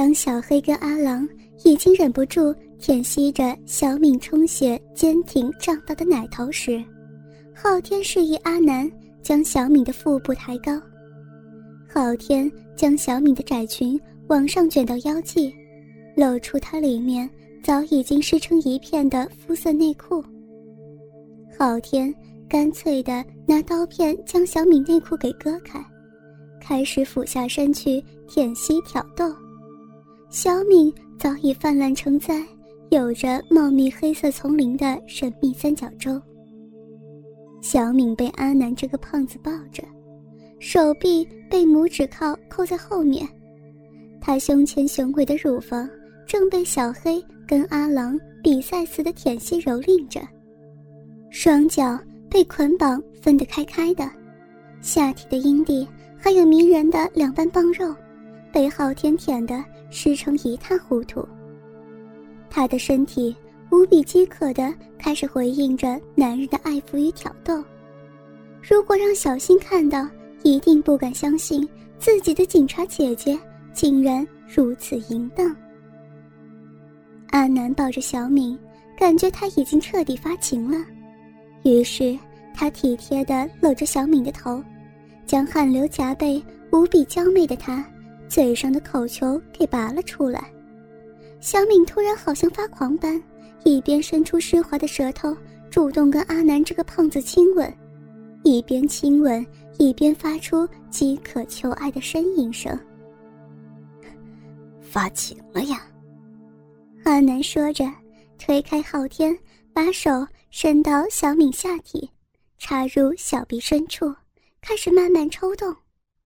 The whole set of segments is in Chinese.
当小黑跟阿郎已经忍不住舔吸着小敏充血坚挺胀大的奶头时，昊天示意阿南将小敏的腹部抬高。昊天将小敏的窄裙往上卷到腰际，露出她里面早已经湿成一片的肤色内裤。昊天干脆地拿刀片将小敏内裤给割开，开始俯下身去舔吸挑逗。小敏早已泛滥成灾，有着茂密黑色丛林的神秘三角洲。小敏被阿南这个胖子抱着，手臂被拇指扣在后面，她胸前雄伟的乳房正被小黑跟阿郎比赛似的舔吸蹂躏着，双脚被捆绑分得开开的，下体的阴蒂还有迷人的两瓣棒肉被昊天舔得湿成一塌糊涂。他的身体无比饥渴地开始回应着男人的爱抚与挑逗。如果让小新看到，一定不敢相信自己的警察姐姐竟然如此淫荡。阿南抱着小敏，感觉他已经彻底发情了，于是他体贴地搂着小敏的头，将汗流浃背无比娇媚的她嘴上的口球给拔了出来。小敏突然好像发狂般，一边伸出湿滑的舌头主动跟阿南这个胖子亲吻，一边亲吻一边发出饥渴求爱的呻吟声。 发情了呀， 阿南说着，推开昊天，把手伸到小敏下体，插入小臂深处，开始慢慢抽动。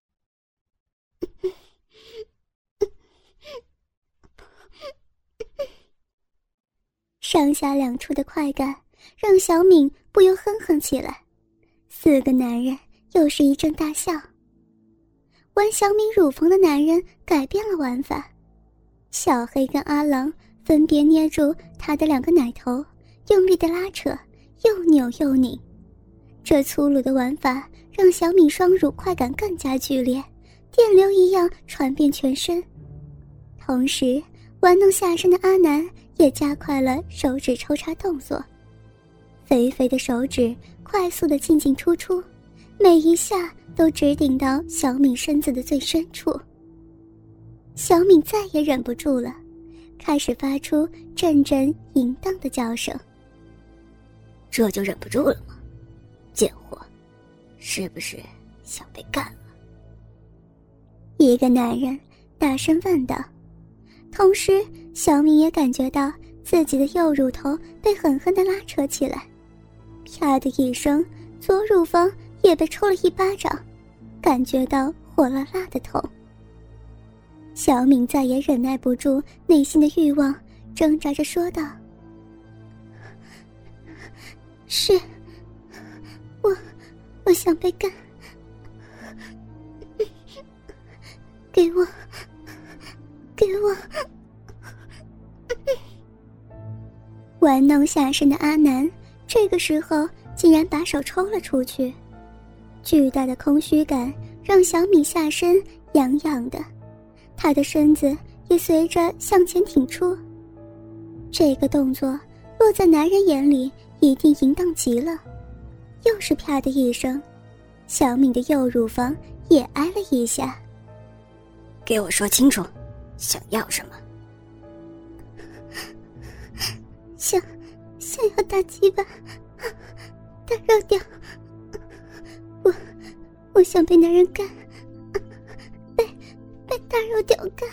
上下两处的快感让小敏不由哼哼起来，四个男人又是一阵大笑。玩小敏乳房的男人改变了玩法，小黑跟阿郎分别捏住他的两个奶头，用力的拉扯，又扭又拧。这粗鲁的玩法让小敏双乳快感更加剧烈，电流一样传遍全身。同时玩弄下身的阿南也加快了手指抽插动作，肥肥的手指快速地进进出出，每一下都直顶到小敏身子的最深处。小敏再也忍不住了，开始发出阵阵淫荡的叫声。 这就忍不住了吗？贱货，是不是想被干了？ 一个男人大声问道，同时小敏也感觉到自己的右乳头被狠狠地拉扯起来，啪的一声，左乳房也被抽了一巴掌，感觉到火辣辣的痛。小敏再也忍耐不住内心的欲望，挣扎着说道：是，我想被干，给我玩弄下身的阿南这个时候竟然把手抽了出去，巨大的空虚感让小敏下身痒痒的，她的身子也随着向前挺出。这个动作落在男人眼里一定淫荡极了。又是啪的一声，小敏的右乳房也挨了一下。 给我说清楚，想要什么？ 想要大鸡巴，大肉屌，我想被男人干，被大肉屌干。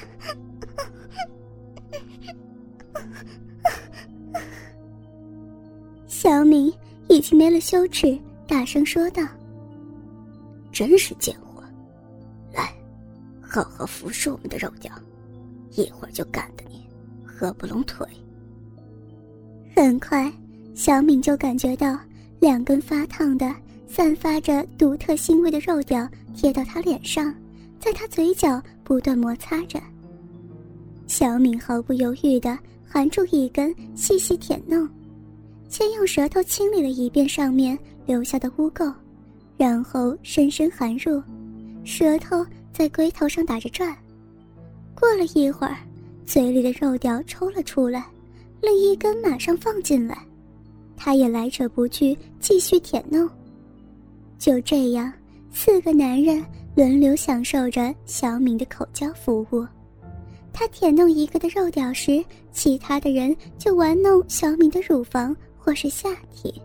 小敏已经没了羞耻，大声说道： 真是贱货，来，好好服侍我们的肉屌，一会儿就干得你合不拢腿。 很快小敏就感觉到两根发烫的散发着独特腥味的肉屌贴到她脸上，在她嘴角不断摩擦着。小敏毫不犹豫地含住一根，细细舔弄，先用舌头清理了一遍上面留下的污垢，然后深深含入，舌头在龟头上打着转。过了一会儿， 嘴里的肉条抽了出来，另一根马上放进来，他也来者不拒，继续舔弄。就这样，4个男人轮流享受着小敏的口交服务。他舔弄一个的肉屌时，其他的人就玩弄小敏的乳房或是下体。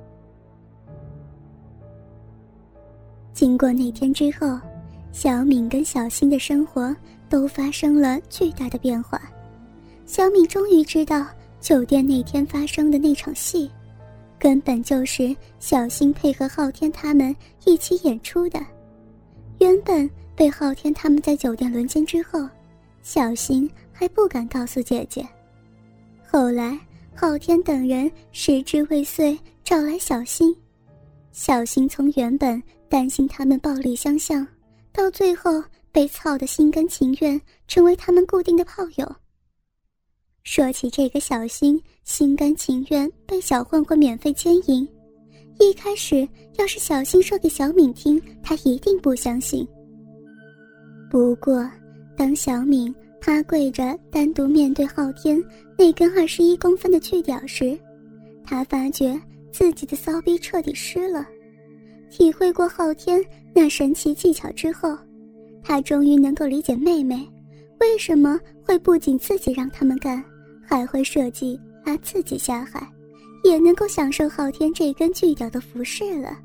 经过那天之后，小敏跟小新的生活都发生了巨大的变化。小敏终于知道，酒店那天发生的那场戏，根本就是小新配合昊天他们一起演出的。原本被昊天他们在酒店轮奸之后，小新还不敢告诉姐姐。后来昊天等人时至未遂，找来小新。小新从原本担心他们暴力相向，到最后被操得心甘情愿，成为他们固定的炮友。说起这个小新心甘情愿被小混混免费奸淫，一开始要是小新说给小敏听，他一定不相信。不过当小敏趴跪着单独面对昊天那根21公分的巨屌时，他发觉自己的骚逼彻底湿了。体会过昊天那神奇技巧之后，他终于能够理解妹妹为什么会不仅自己让他们干，还会设计拉自己下海，也能够享受昊天这根巨屌的服饰了。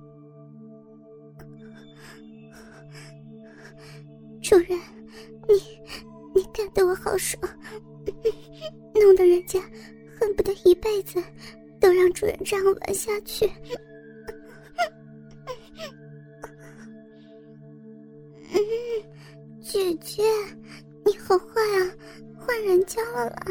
主人，你干得我好爽，弄得人家恨不得一辈子都让主人这样玩下去。姐姐，你好坏啊，换人家了啦。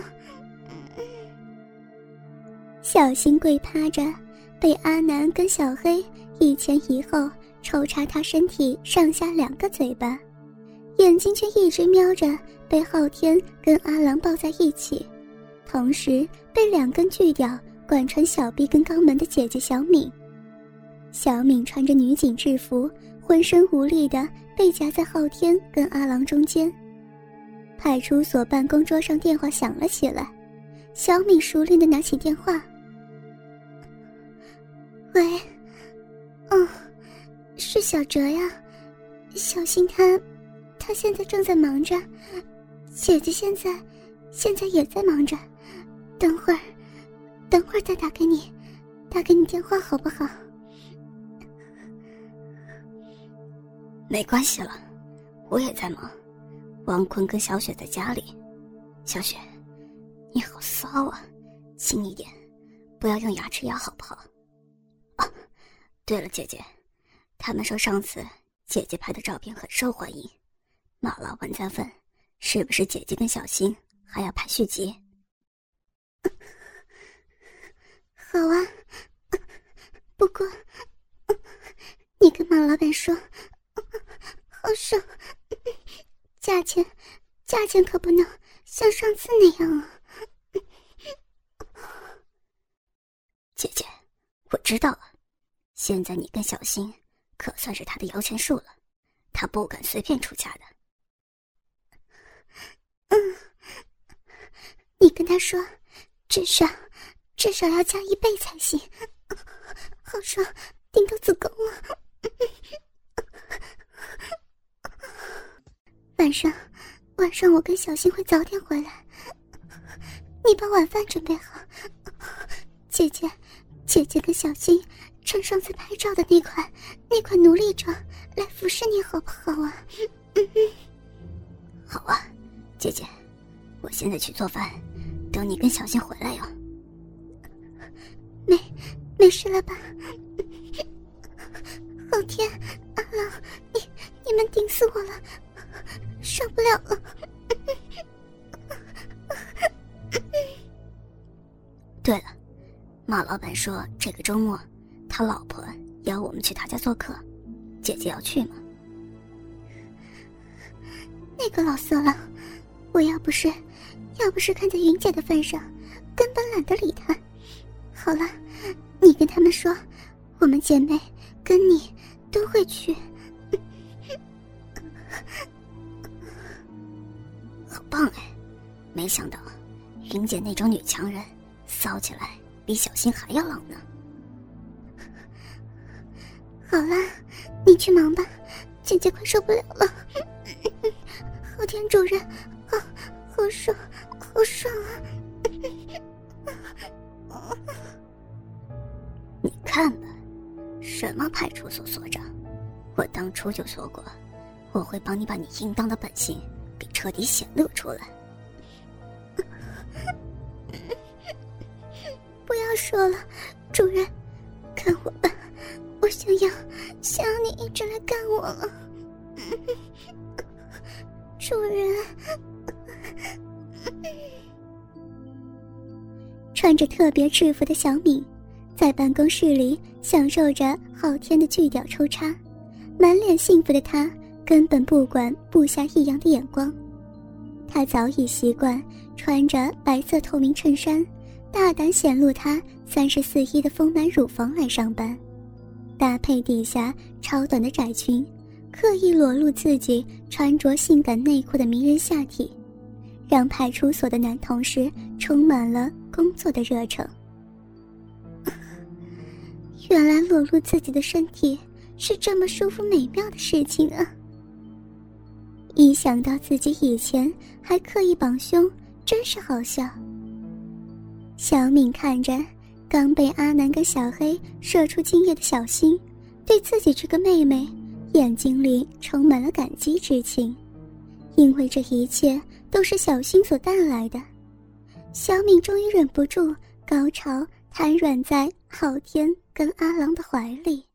小新跪趴着，被阿南跟小黑一前一后抽插他身体上下2个嘴巴，眼睛却一直瞄着被昊天跟阿郎抱在一起，同时被2根巨屌贯穿小臂跟肛门的姐姐小敏。小敏穿着女警制服，浑身无力地被夹在昊天跟阿郎中间。派出所办公桌上电话响了起来，小敏熟练地拿起电话。喂，是小哲呀，小新他现在正在忙着，姐姐现在也在忙着，等会儿再打给你电话好不好？ 没关系了，我也在忙。王坤跟小雪在家里。小雪，你好骚啊，轻一点，不要用牙齿咬好不好？啊，对了姐姐，他们说上次姐姐拍的照片很受欢迎，马老板在问是不是姐姐跟小新还要拍续集？ 好啊，不过你跟马老板说好爽，价钱可不能像上次那样啊。 姐姐，我知道了，现在你跟小新可算是他的摇钱树了，他不敢随便出价的。 你跟他说至少要加1倍才行，好爽，顶到子宫了。晚上我跟小新会早点回来，你把晚饭准备好。姐姐跟小新穿上次拍照的那款奴隶装来服侍你好不好啊？ 好啊，姐姐，我现在去做饭，等你跟小新回来哟。 没事了吧？昊天，阿郎，你们顶死我了，受不了了。 对了，马老板说这个周末他老婆邀我们去他家做客，姐姐要去吗？ 那个老色狼，我要不是看在云姐的份上，根本懒得理他。好了，你跟他们说，我们姐妹跟你都会去。 好棒哎，没想到云姐那种女强人，骚起来比小新还要浪呢。 好啦，你去忙吧，姐姐快受不了了。昊天主人，好爽，好爽啊！ 你看吧，什么派出所所长，我当初就说过，我会帮你把你应当的本性给彻底显露出来。 不要说了，主人，看我吧，我想要你一直来干我了。主人。穿着特别制服的小敏在办公室里享受着昊天的巨屌抽插，满脸幸福的她根本不管部下异样的眼光。她早已习惯穿着白色透明衬衫，大胆显露她34E的丰满乳房来上班，搭配底下超短的窄裙，刻意裸露自己穿着性感内裤的迷人下体，让派出所的男同事充满了工作的热忱。原来裸露自己的身体是这么舒服美妙的事情啊！一想到自己以前还刻意绑胸，真是好笑。小敏看着刚被阿南跟小黑射出精液的小新，对自己这个妹妹眼睛里充满了感激之情，因为这一切都是小新所带来的。小敏终于忍不住高潮，瘫软在昊天跟阿郎的怀里。